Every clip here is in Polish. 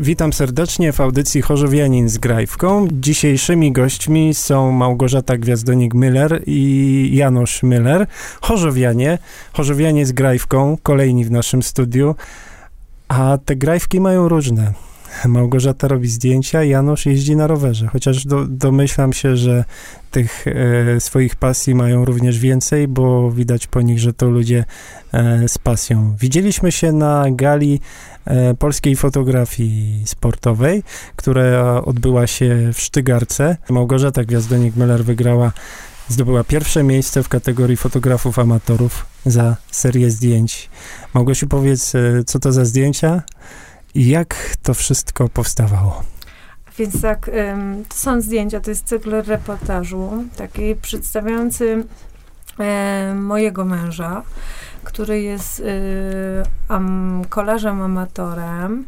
Witam serdecznie w audycji Chorzowianin z Grajwką. Dzisiejszymi gośćmi są Małgorzata Gwiazdonik-Müller i Janusz Müller. Chorzowianie z Grajwką, kolejni w naszym studiu, a te grajwki mają różne. Małgorzata robi zdjęcia, Janusz jeździ na rowerze, chociaż domyślam się, że tych swoich pasji mają również więcej, bo widać po nich, że to ludzie z pasją. Widzieliśmy się na gali polskiej fotografii sportowej, która odbyła się w Sztygarce. Małgorzata Gwiazdonik-Müller zdobyła pierwsze miejsce w kategorii fotografów amatorów za serię zdjęć. Małgosiu, powiedz, co to za zdjęcia i jak to wszystko powstawało? Więc tak, to są zdjęcia, to jest cykl reportażu, taki przedstawiający mojego męża, który jest kolarzem amatorem,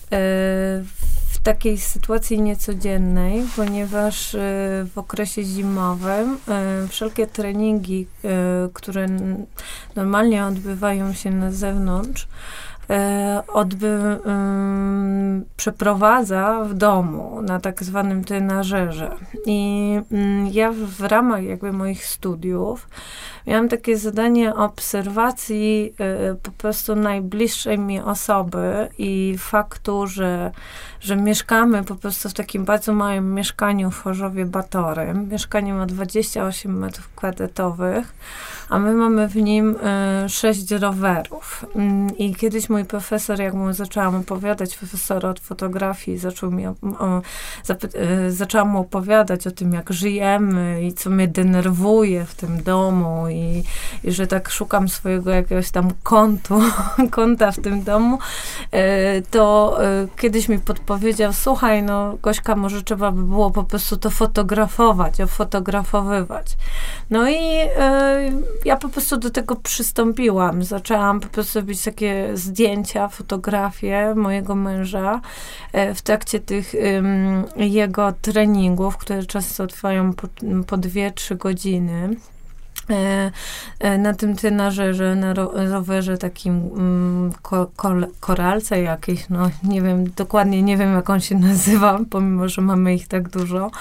w takiej sytuacji niecodziennej, ponieważ w okresie zimowym wszelkie treningi, które normalnie odbywają się na zewnątrz, przeprowadza w domu na tak zwanym trenażerze. I ja w ramach jakby moich studiów miałam takie zadanie obserwacji po prostu najbliższej mi osoby i faktu, że mieszkamy po prostu w takim bardzo małym mieszkaniu w Chorzowie Batorym. Mieszkanie ma 28 metrów kwadratowych, a my mamy w nim 6 rowerów. I kiedyś mój profesor, jak mu zaczęłam opowiadać, profesor od fotografii, zaczęłam mu opowiadać o tym, jak żyjemy i co mnie denerwuje w tym domu i że tak szukam swojego jakiegoś tam kąta w tym domu, to kiedyś mi podpowiedział, słuchaj, no Gośka, może trzeba by było po prostu to ofotografowywać. No i ja po prostu do tego przystąpiłam. Zaczęłam po prostu robić takie zdjęcia, fotografie mojego męża w trakcie tych jego treningów, które często trwają po 2-3 godziny. Na tym trenażerze, na rowerze takim koralce jakiejś, no nie wiem, dokładnie nie wiem, jak on się nazywa, pomimo, że mamy ich tak dużo.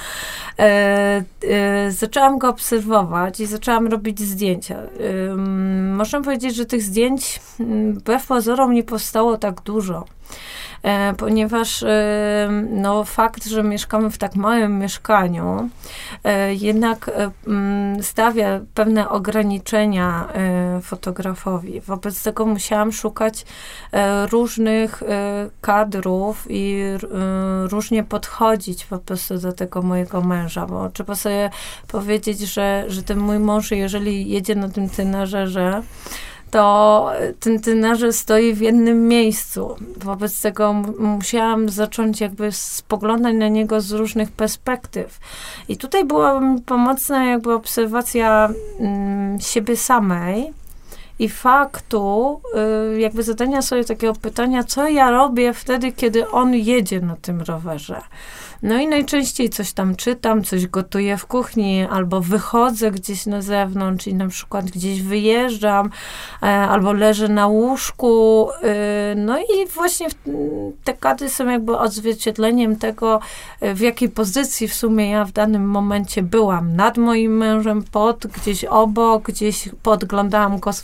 Zaczęłam go obserwować i zaczęłam robić zdjęcia. Można powiedzieć, że tych zdjęć wbrew pozorom nie powstało tak dużo. Ponieważ no, fakt, że mieszkamy w tak małym mieszkaniu, jednak stawia pewne ograniczenia fotografowi. Wobec tego musiałam szukać różnych kadrów i różnie podchodzić po prostu do tego mojego męża, bo trzeba sobie powiedzieć, że ten mój mąż, jeżeli jedzie na tym trenażerze, to ten trenażer stoi w jednym miejscu. Wobec tego musiałam zacząć jakby spoglądać na niego z różnych perspektyw. I tutaj była mi pomocna jakby obserwacja siebie samej i faktu, jakby zadania sobie takiego pytania, co ja robię wtedy, kiedy on jedzie na tym rowerze. No i najczęściej coś tam czytam, coś gotuję w kuchni, albo wychodzę gdzieś na zewnątrz i na przykład gdzieś wyjeżdżam, albo leżę na łóżku. No i właśnie te kadry są jakby odzwierciedleniem tego, w jakiej pozycji w sumie ja w danym momencie byłam. Nad moim mężem, gdzieś obok, gdzieś podglądałam go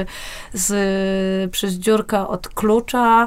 przez dziurkę od klucza,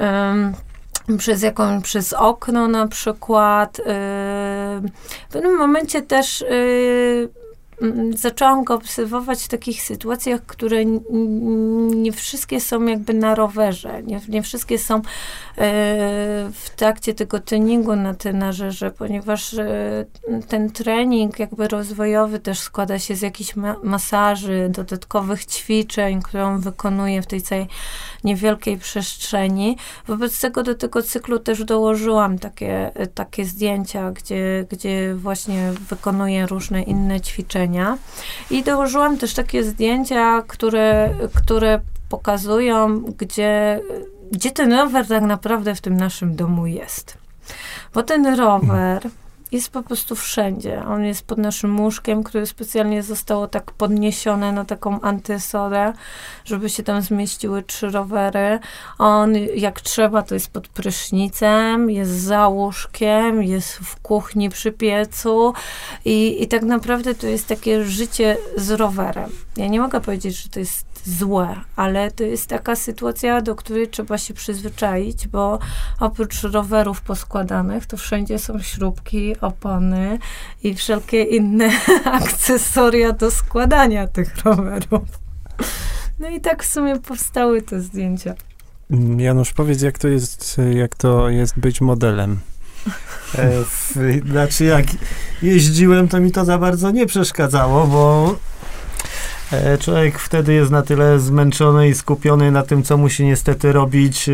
przez okno na przykład. W pewnym momencie też zaczęłam go obserwować w takich sytuacjach, które nie wszystkie są jakby na rowerze, nie wszystkie są w trakcie tego treningu na trenażerze, ponieważ ten trening jakby rozwojowy też składa się z jakichś masaży, dodatkowych ćwiczeń, które on wykonuje w tej całej niewielkiej przestrzeni. Wobec tego do tego cyklu też dołożyłam takie zdjęcia, gdzie właśnie wykonuję różne inne ćwiczenia. I dołożyłam też takie zdjęcia, które pokazują, gdzie ten rower tak naprawdę w tym naszym domu jest. Bo ten rower jest po prostu wszędzie. On jest pod naszym łóżkiem, które specjalnie zostało tak podniesione na taką antysorę, żeby się tam zmieściły 3 rowery. On, jak trzeba, to jest pod prysznicem, jest za łóżkiem, jest w kuchni przy piecu i tak naprawdę to jest takie życie z rowerem. Ja nie mogę powiedzieć, że to jest złe, ale to jest taka sytuacja, do której trzeba się przyzwyczaić, bo oprócz rowerów poskładanych, to wszędzie są śrubki, opony i wszelkie inne akcesoria do składania tych rowerów. No i tak w sumie powstały te zdjęcia. Janusz, powiedz, jak to jest być modelem? Znaczy, jak jeździłem, to mi to za bardzo nie przeszkadzało, bo człowiek wtedy jest na tyle zmęczony i skupiony na tym, co musi niestety robić,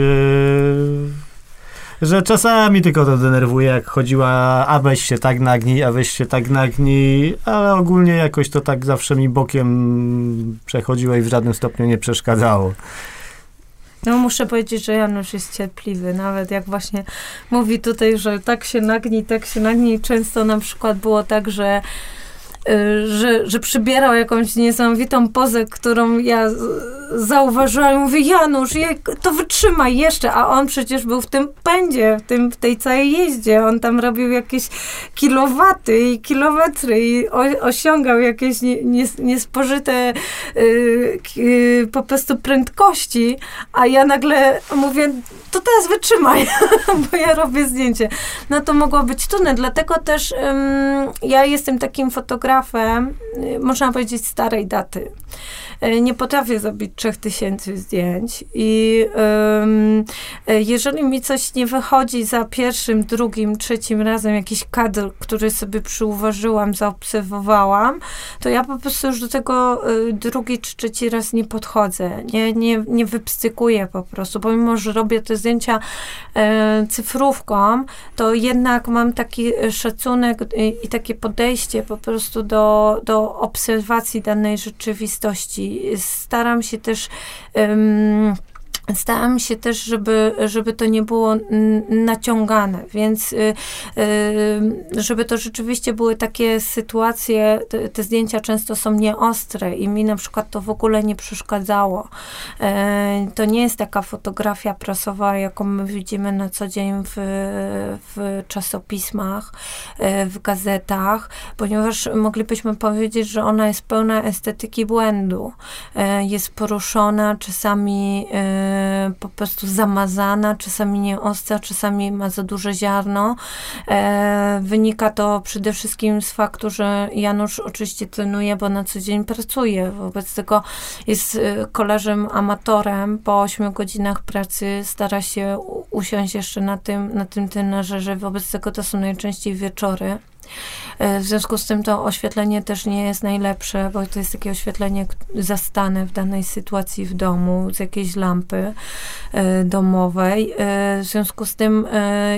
że czasami tylko to denerwuje, jak chodziła, a weź się tak nagnij, ale ogólnie jakoś to tak zawsze mi bokiem przechodziło i w żadnym stopniu nie przeszkadzało. No muszę powiedzieć, że Janusz jest cierpliwy, nawet jak właśnie mówi tutaj, że tak się nagnij. Często na przykład było tak, że przybierał jakąś niesamowitą pozę, którą ja zauważyłam i mówię, Janusz, to wytrzymaj jeszcze, a on przecież był w tym pędzie, w tej całej jeździe, on tam robił jakieś kilowaty i kilometry i osiągał jakieś niespożyte po prostu prędkości, a ja nagle mówię, to teraz wytrzymaj, bo ja robię zdjęcie. No to mogło być trudne, dlatego też ja jestem takim fotografem, można powiedzieć, starej daty. Nie potrafię zrobić 3000 zdjęć i jeżeli mi coś nie wychodzi za pierwszym, drugim, trzecim razem, jakiś kadr, który sobie przyuważyłam, zaobserwowałam, to ja po prostu już do tego drugi czy trzeci raz nie podchodzę. Nie wypstykuję po prostu, pomimo, że robię te zdjęcia cyfrówką, to jednak mam taki szacunek i takie podejście po prostu do obserwacji danej rzeczywistości. Staram się też, żeby to nie było naciągane, więc żeby to rzeczywiście były takie sytuacje, te zdjęcia często są nieostre i mi na przykład to w ogóle nie przeszkadzało. To nie jest taka fotografia prasowa, jaką my widzimy na co dzień w czasopismach, w gazetach, ponieważ moglibyśmy powiedzieć, że ona jest pełna estetyki błędu. Jest poruszona, czasami po prostu zamazana, czasami nieostra, czasami ma za duże ziarno. Wynika to przede wszystkim z faktu, że Janusz oczywiście trenuje, bo na co dzień pracuje. Wobec tego jest kolarzem amatorem. Po 8 godzinach pracy stara się usiąść jeszcze na tym trenażerze. Wobec tego to są najczęściej wieczory. W związku z tym to oświetlenie też nie jest najlepsze, bo to jest takie oświetlenie zastane w danej sytuacji w domu, z jakiejś lampy domowej. W związku z tym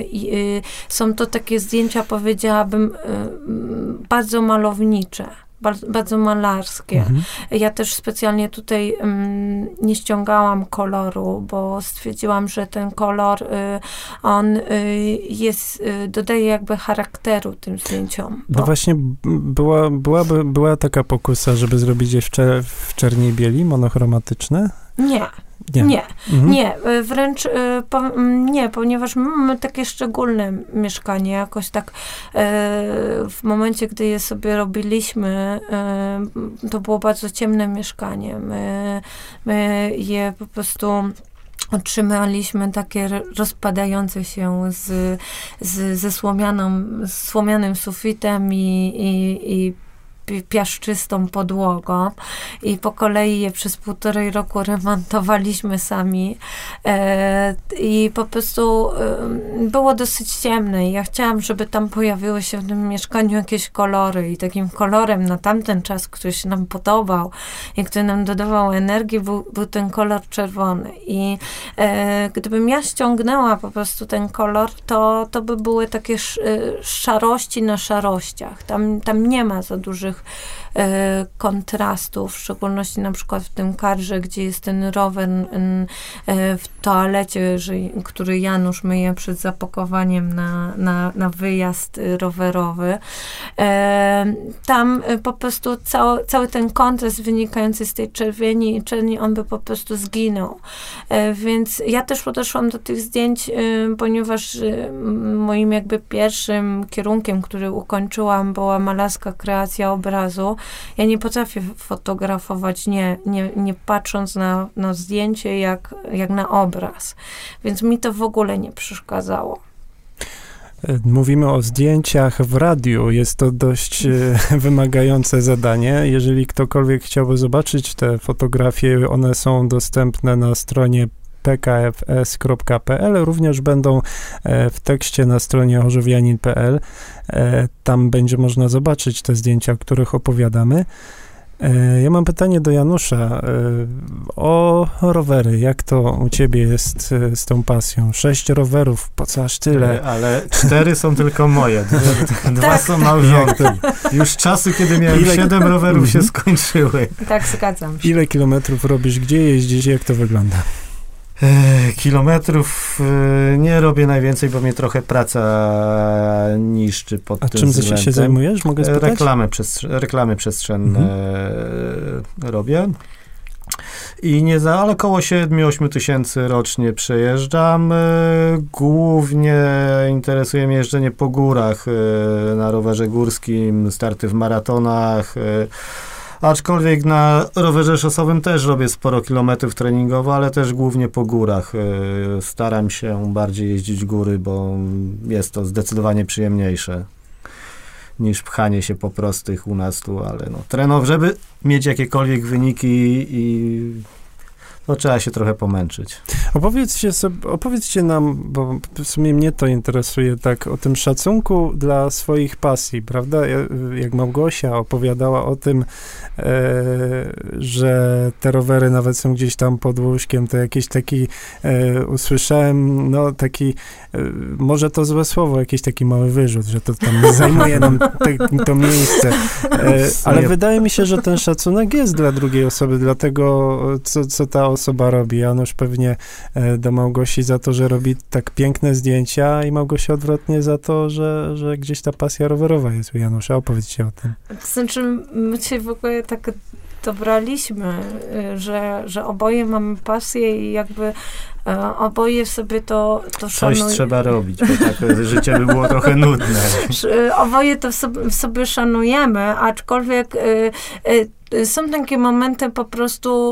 są to takie zdjęcia, powiedziałabym, bardzo malownicze. Bardzo malarskie. Ja też specjalnie tutaj nie ściągałam koloru, bo stwierdziłam, że ten kolor, on dodaje jakby charakteru tym zdjęciom. No właśnie była taka pokusa, żeby zrobić je w czerni i bieli, monochromatyczne? Nie, wręcz nie, ponieważ my takie szczególne mieszkanie, jakoś tak w momencie, gdy je sobie robiliśmy, to było bardzo ciemne mieszkanie. My je po prostu otrzymaliśmy takie rozpadające się ze słomianym sufitem i piaszczystą podłogą i po kolei je przez 1,5 roku remontowaliśmy sami i po prostu było dosyć ciemne i ja chciałam, żeby tam pojawiły się w tym mieszkaniu jakieś kolory i takim kolorem na tamten czas, który się nam podobał i który nam dodawał energii, był ten kolor czerwony i gdybym ja ściągnęła po prostu ten kolor, to by były takie szarości na szarościach. Tam nie ma za dużych tych kontrastów, w szczególności na przykład w tym kadrze, gdzie jest ten rower w toalecie, który Janusz myje przed zapakowaniem na wyjazd rowerowy. Tam po prostu cały ten kontrast wynikający z tej czerwieni, on by po prostu zginął. Więc ja też podeszłam do tych zdjęć, ponieważ moim jakby pierwszym kierunkiem, który ukończyłam, była malarska kreacja obrazu. Ja nie potrafię fotografować, nie patrząc na zdjęcie jak na obraz. Więc mi to w ogóle nie przeszkadzało. Mówimy o zdjęciach w radiu. Jest to dość wymagające zadanie. Jeżeli ktokolwiek chciałby zobaczyć te fotografie, one są dostępne na stronie pkfs.pl, również będą w tekście na stronie chorzowianin.pl. Tam będzie można zobaczyć te zdjęcia, o których opowiadamy. Ja mam pytanie do Janusza o rowery. Jak to u ciebie jest z tą pasją? 6 rowerów, po co aż tyle? Ale 4 są tylko moje. Dwa są małżonki. Już czasy, kiedy miałem 7 rowerów się skończyły. Tak, zgadzam się. Ile kilometrów robisz? Gdzie jeździsz? Jak to wygląda? Kilometrów nie robię najwięcej, bo mnie trochę praca niszczy pod tym czym względem. się zajmujesz? Mogę spytać? Reklamy przestrzenne robię. Ale około 7-8 tysięcy rocznie przejeżdżam. Głównie interesuje mnie jeżdżenie po górach, na rowerze górskim, starty w maratonach. Aczkolwiek na rowerze szosowym też robię sporo kilometrów treningowo, ale też głównie po górach. Staram się bardziej jeździć góry, bo jest to zdecydowanie przyjemniejsze niż pchanie się po prostych u nas tu, ale żeby mieć jakiekolwiek wyniki to trzeba się trochę pomęczyć. Opowiedzcie nam, bo w sumie mnie to interesuje, tak o tym szacunku dla swoich pasji, prawda? Jak Małgosia opowiadała o tym, że te rowery nawet są gdzieś tam pod łóżkiem, to jakiś taki usłyszałem, taki może to złe słowo, jakiś taki mały wyrzut, że to tam zajmuje nam to miejsce. Ale wydaje mi się, że ten szacunek jest dla drugiej osoby, dla tego, co ta osoba robi. Janusz pewnie do Małgosi za to, że robi tak piękne zdjęcia i Małgosia odwrotnie za to, że gdzieś ta pasja rowerowa jest u Janusza. Opowiedzcie o tym. To znaczy, my się w ogóle tak dobraliśmy, że oboje mamy pasję i jakby oboje sobie to Coś trzeba robić, bo tak życie by było trochę nudne. Oboje to w sobie szanujemy, aczkolwiek są takie momenty po prostu,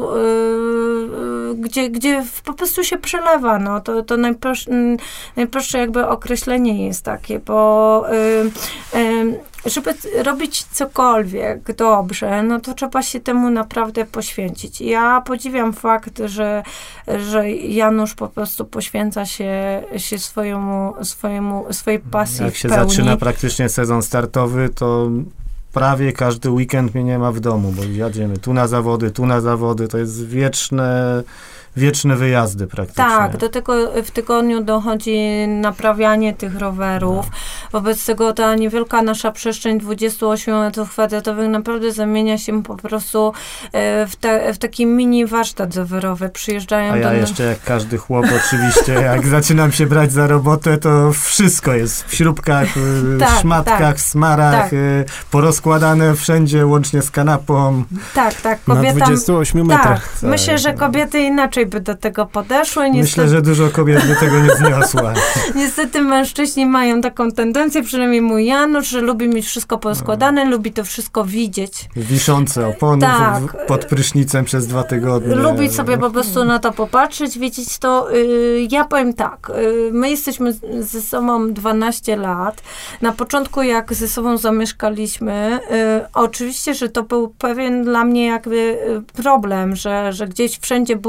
gdzie po prostu się przelewa, to najprostsze jakby określenie jest takie, bo żeby robić cokolwiek dobrze, to trzeba się temu naprawdę poświęcić. Ja podziwiam fakt, że Janusz po prostu poświęca się swojej pasji Jak się w pełni. zaczyna praktycznie sezon startowy, to prawie każdy weekend mnie nie ma w domu, bo jedziemy tu na zawody, to jest wieczne wyjazdy praktycznie. Tak, do tego w tygodniu dochodzi naprawianie tych rowerów. Wobec tego ta niewielka nasza przestrzeń 28 m2 naprawdę zamienia się po prostu w taki mini warsztat rowerowy. Przyjeżdżają A ja jeszcze jak każdy chłop oczywiście, jak zaczynam się brać za robotę, to wszystko jest w śrubkach, w szmatkach, smarach, porozkładane wszędzie, łącznie z kanapą. Tak. Na 28 metrach. Tak. Myślę, że kobiety inaczej by do tego podeszły. Myślę, że dużo kobiet by tego nie zniosła. Niestety mężczyźni mają taką tendencję, przynajmniej mój Janusz, że lubi mieć wszystko poskładane, lubi to wszystko widzieć. Wiszące opony pod prysznicem przez 2 tygodnie. Lubić sobie po prostu na to popatrzeć, widzieć to. Ja powiem tak, my jesteśmy ze sobą 12 lat. Na początku, jak ze sobą zamieszkaliśmy, oczywiście, że to był pewien dla mnie jakby problem, że gdzieś wszędzie były śrubki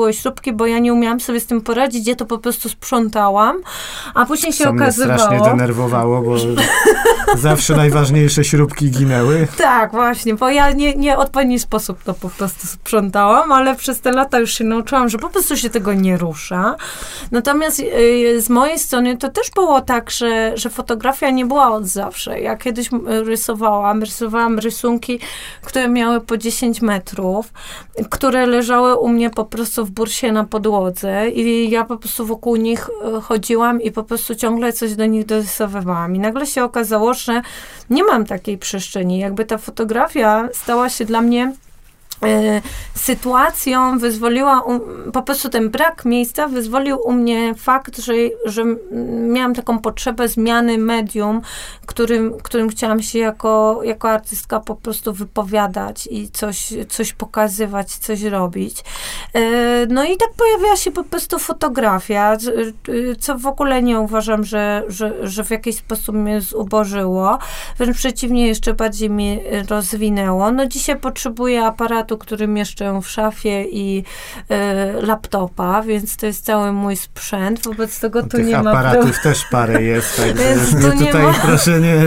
szafki, bo ja nie umiałam sobie z tym poradzić, ja to po prostu sprzątałam, a później się okazywało... Mnie strasznie denerwowało, bo zawsze najważniejsze śrubki ginęły. Tak, właśnie, bo ja nie odpowiedni sposób to po prostu sprzątałam, ale przez te lata już się nauczyłam, że po prostu się tego nie rusza. Natomiast z mojej strony to też było tak, że fotografia nie była od zawsze. Ja kiedyś rysowałam rysunki, które miały po 10 metrów, które leżały u mnie po prostu w bursie na podłodze i ja po prostu wokół nich chodziłam i po prostu ciągle coś do nich dorysowywałam. I nagle się okazało, że nie mam takiej przestrzeni. Jakby ta fotografia stała się dla mnie sytuacją, wyzwoliła, po prostu ten brak miejsca wyzwolił u mnie fakt, że miałam taką potrzebę zmiany medium, którym chciałam się jako artystka po prostu wypowiadać i coś pokazywać, coś robić. No i tak pojawiła się po prostu fotografia, co w ogóle nie uważam, że w jakiś sposób mnie zubożyło. Wręcz przeciwnie, jeszcze bardziej mnie rozwinęło. No dzisiaj potrzebuję aparatu, który mieszczę w szafie i laptopa, więc to jest cały mój sprzęt. Wobec tego tu nie ma... Tych aparatów też parę jest, tak tu tutaj ma... proszę nie...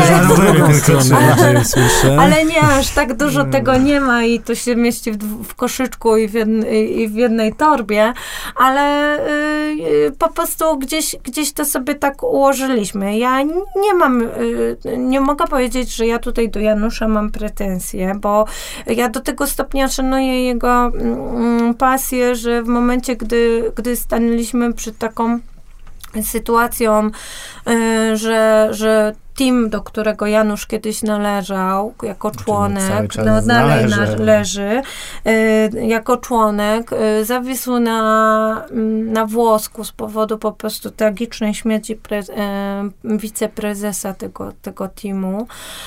Ale nie, aż tak dużo tego nie ma i to się mieści w koszyczku i w jednej torbie, ale po prostu gdzieś to sobie tak ułożyliśmy. Ja nie mogę powiedzieć, że ja tutaj do Janusza mam pretensje, bo ja do tego stopnia szanuję jego pasję, że w momencie, gdy stanęliśmy przed taką sytuacją, że team, do którego Janusz kiedyś należał, jako członek, dalej leży, jako członek, zawisł na włosku z powodu po prostu tragicznej śmierci wiceprezesa tego teamu.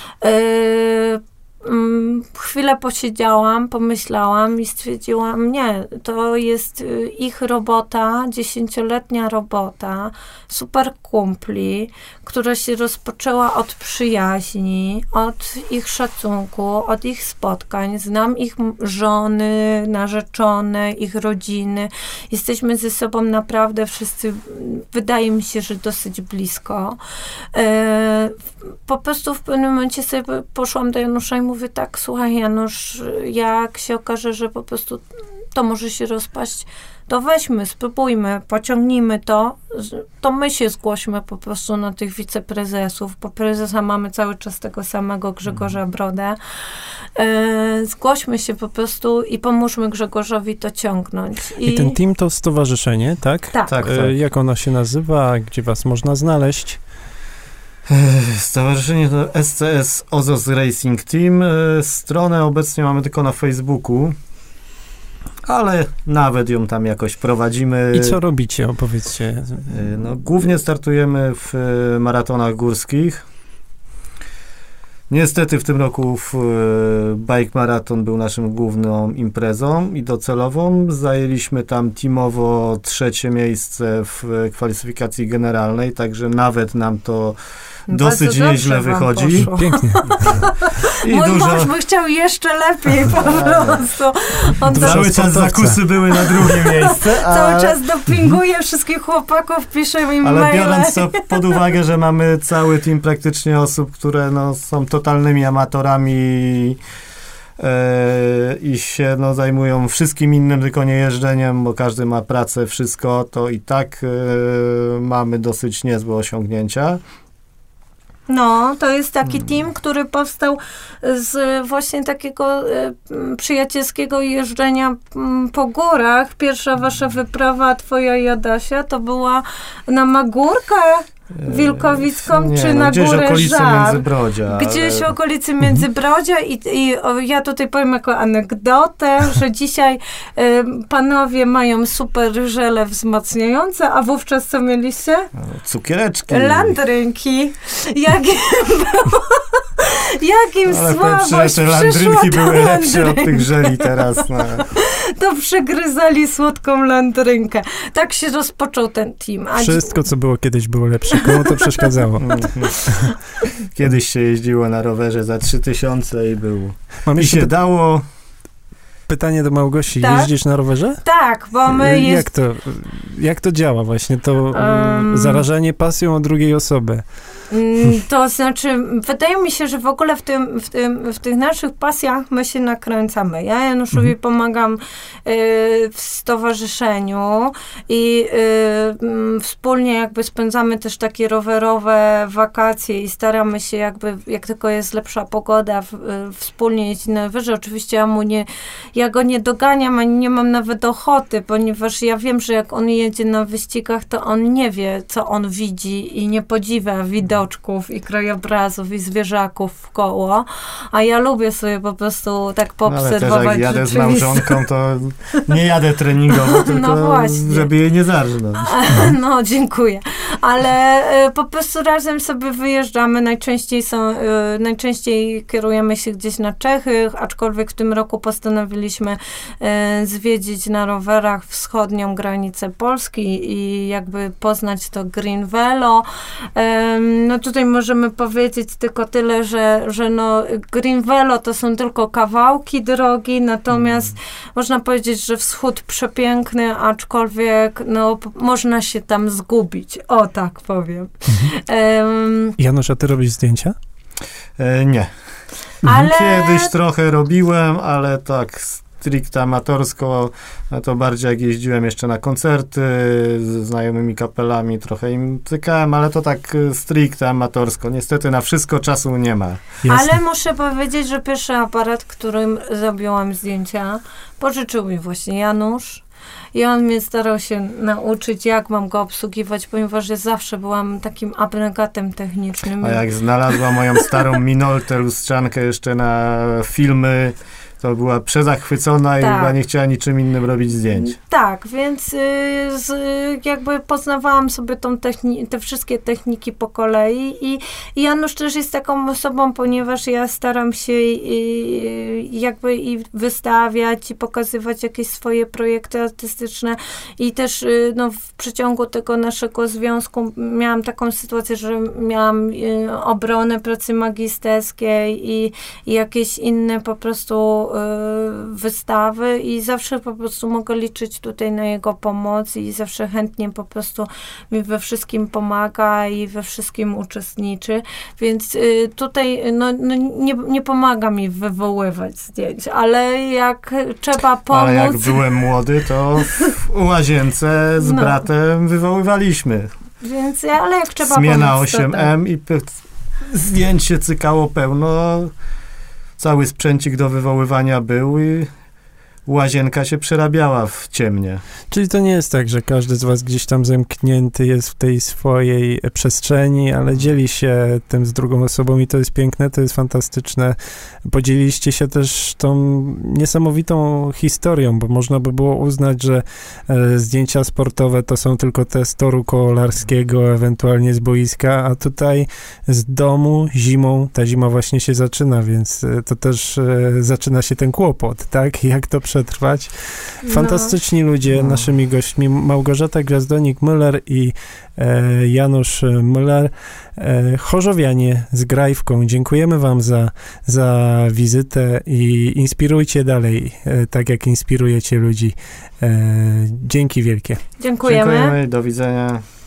Chwilę posiedziałam, pomyślałam i stwierdziłam, nie, to jest ich robota, 10-letnia robota, super kumpli, która się rozpoczęła od przyjaźni, od ich szacunku, od ich spotkań. Znam ich żony, narzeczone, ich rodziny. Jesteśmy ze sobą naprawdę wszyscy, wydaje mi się, że dosyć blisko. Po prostu w pewnym momencie sobie poszłam do Janusza i mówię, tak, słuchaj Janusz, jak się okaże, że po prostu to może się rozpaść, to weźmy, spróbujmy, pociągnijmy to my się zgłośmy po prostu na tych wiceprezesów, bo prezesa mamy cały czas tego samego Grzegorza Brodę. Zgłośmy się po prostu i pomóżmy Grzegorzowi to ciągnąć. I ten team to stowarzyszenie, tak? Tak. Jak ono się nazywa? Gdzie was można znaleźć? Stowarzyszenie to SCS Ozos Racing Team. Stronę obecnie mamy tylko na Facebooku, ale nawet ją tam jakoś prowadzimy. I co robicie? Opowiedzcie. No, głównie startujemy w maratonach górskich. Niestety w tym roku Bike Marathon był naszym główną imprezą i docelową. Zajęliśmy tam teamowo 3. miejsce w kwalifikacji generalnej, także nawet nam to dosyć nieźle wychodzi. Pięknie. Mój mąż by chciał jeszcze lepiej po prostu. Cały czas zakusy były na drugie miejsce. Cały czas dopinguje wszystkich chłopaków, pisze im ale maile. biorąc to pod uwagę, że mamy cały team praktycznie osób, które są totalnymi amatorami i się zajmują wszystkim innym, tylko nie jeżdżeniem, bo każdy ma pracę, wszystko, to i tak mamy dosyć niezłe osiągnięcia. No, to jest taki team, który powstał z właśnie takiego przyjacielskiego jeżdżenia po górach. Pierwsza wasza wyprawa, twoja i Adasia, to była na Magórkę Wilkowicką, czy na gdzieś górę okolicy Żar. Międzybrodzia. Gdzieś w okolicy Międzybrodzia i ja tutaj powiem jako anegdotę, że dzisiaj panowie mają super żele wzmacniające, a wówczas co mieliście? Cukiereczki. Landrynki. Jakim słabość te landrynki były lepsze od tych żeli teraz. To przegryzali słodką landrynkę. Tak się rozpoczął ten team. Wszystko, co było kiedyś, było lepsze. Komu to przeszkadzało? Kiedyś się jeździło na rowerze za 3000 i było. Mam I się dało. pytanie do Małgosi. Tak? Jeździsz na rowerze? Tak, bo my... Jak to działa właśnie, to zarażanie pasją o drugiej osoby? To znaczy, wydaje mi się, że w ogóle w tych naszych pasjach my się nakręcamy. Ja Januszowi pomagam w stowarzyszeniu i wspólnie jakby spędzamy też takie rowerowe wakacje i staramy się jakby, jak tylko jest lepsza pogoda, wspólnie jeździć na rowerze. Oczywiście ja go nie doganiam, ani nie mam nawet ochoty, ponieważ ja wiem, że jak on jedzie na wyścigach, to on nie wie, co on widzi i nie podziwia widoczków i krajobrazów i zwierzaków w koło, a ja lubię sobie po prostu tak poobserwować. Ale też jak jadę z małżonką, to nie jadę treningowo, tylko żeby jej nie zarżnąć. No, dziękuję. Ale po prostu razem sobie wyjeżdżamy. Najczęściej kierujemy się gdzieś na Czechy, aczkolwiek w tym roku postanowiliśmy zwiedzić na rowerach wschodnią granicę Polski i jakby poznać to Green Velo. No tutaj możemy powiedzieć tylko tyle, że no Green Velo to są tylko kawałki drogi, natomiast można powiedzieć, że wschód przepiękny, aczkolwiek no można się tam zgubić. O, tak powiem. Janusz, a ty robisz zdjęcia? Nie. Kiedyś trochę robiłem, ale tak stricte amatorsko, to bardziej jak jeździłem jeszcze na koncerty z znajomymi kapelami, trochę im cykałem, ale to tak stricte amatorsko. Niestety na wszystko czasu nie ma. Jasne. Ale muszę powiedzieć, że pierwszy aparat, którym zrobiłam zdjęcia, pożyczył mi właśnie Janusz. I on mnie starał się nauczyć, jak mam go obsługiwać, ponieważ ja zawsze byłam takim abnegatem technicznym. A jak znalazła moją starą Minoltę lustrzankę jeszcze na filmy, to była przezachwycona i chyba nie chciała niczym innym robić zdjęć. Tak, więc jakby poznawałam sobie te wszystkie techniki po kolei i Janusz też jest taką osobą, ponieważ ja staram się jakby i wystawiać i pokazywać jakieś swoje projekty artystyczne i też no, w przeciągu tego naszego związku miałam taką sytuację, że miałam obronę pracy magisterskiej i jakieś inne po prostu wystawy i zawsze po prostu mogę liczyć tutaj na jego pomoc i zawsze chętnie po prostu mi we wszystkim pomaga i we wszystkim uczestniczy, więc tutaj no nie pomaga mi wywoływać zdjęć, ale jak trzeba pomóc... Ale jak byłem młody, to w łazience z bratem wywoływaliśmy. Więc, ale jak trzeba Zmiana pomóc, 8M i zdjęć się cykało pełno. Cały sprzęcik do wywoływania był i łazienka się przerabiała w ciemnie. Czyli to nie jest tak, że każdy z was gdzieś tam zamknięty jest w tej swojej przestrzeni, ale dzieli się tym z drugą osobą i to jest piękne, to jest fantastyczne. Podzieliliście się też tą niesamowitą historią, bo można by było uznać, że zdjęcia sportowe to są tylko te z toru kolarskiego, ewentualnie z boiska, a tutaj z domu, zimą, ta zima właśnie się zaczyna, więc to też zaczyna się ten kłopot, tak? Jak to przetrwać. Fantastyczni ludzie, naszymi gośćmi Małgorzata Gwiazdonik-Müller i Janusz Müller, chorzowianie z Grajwką. Dziękujemy wam za wizytę i inspirujcie dalej, tak jak inspirujecie ludzi. Dzięki wielkie. Dziękujemy. Do widzenia.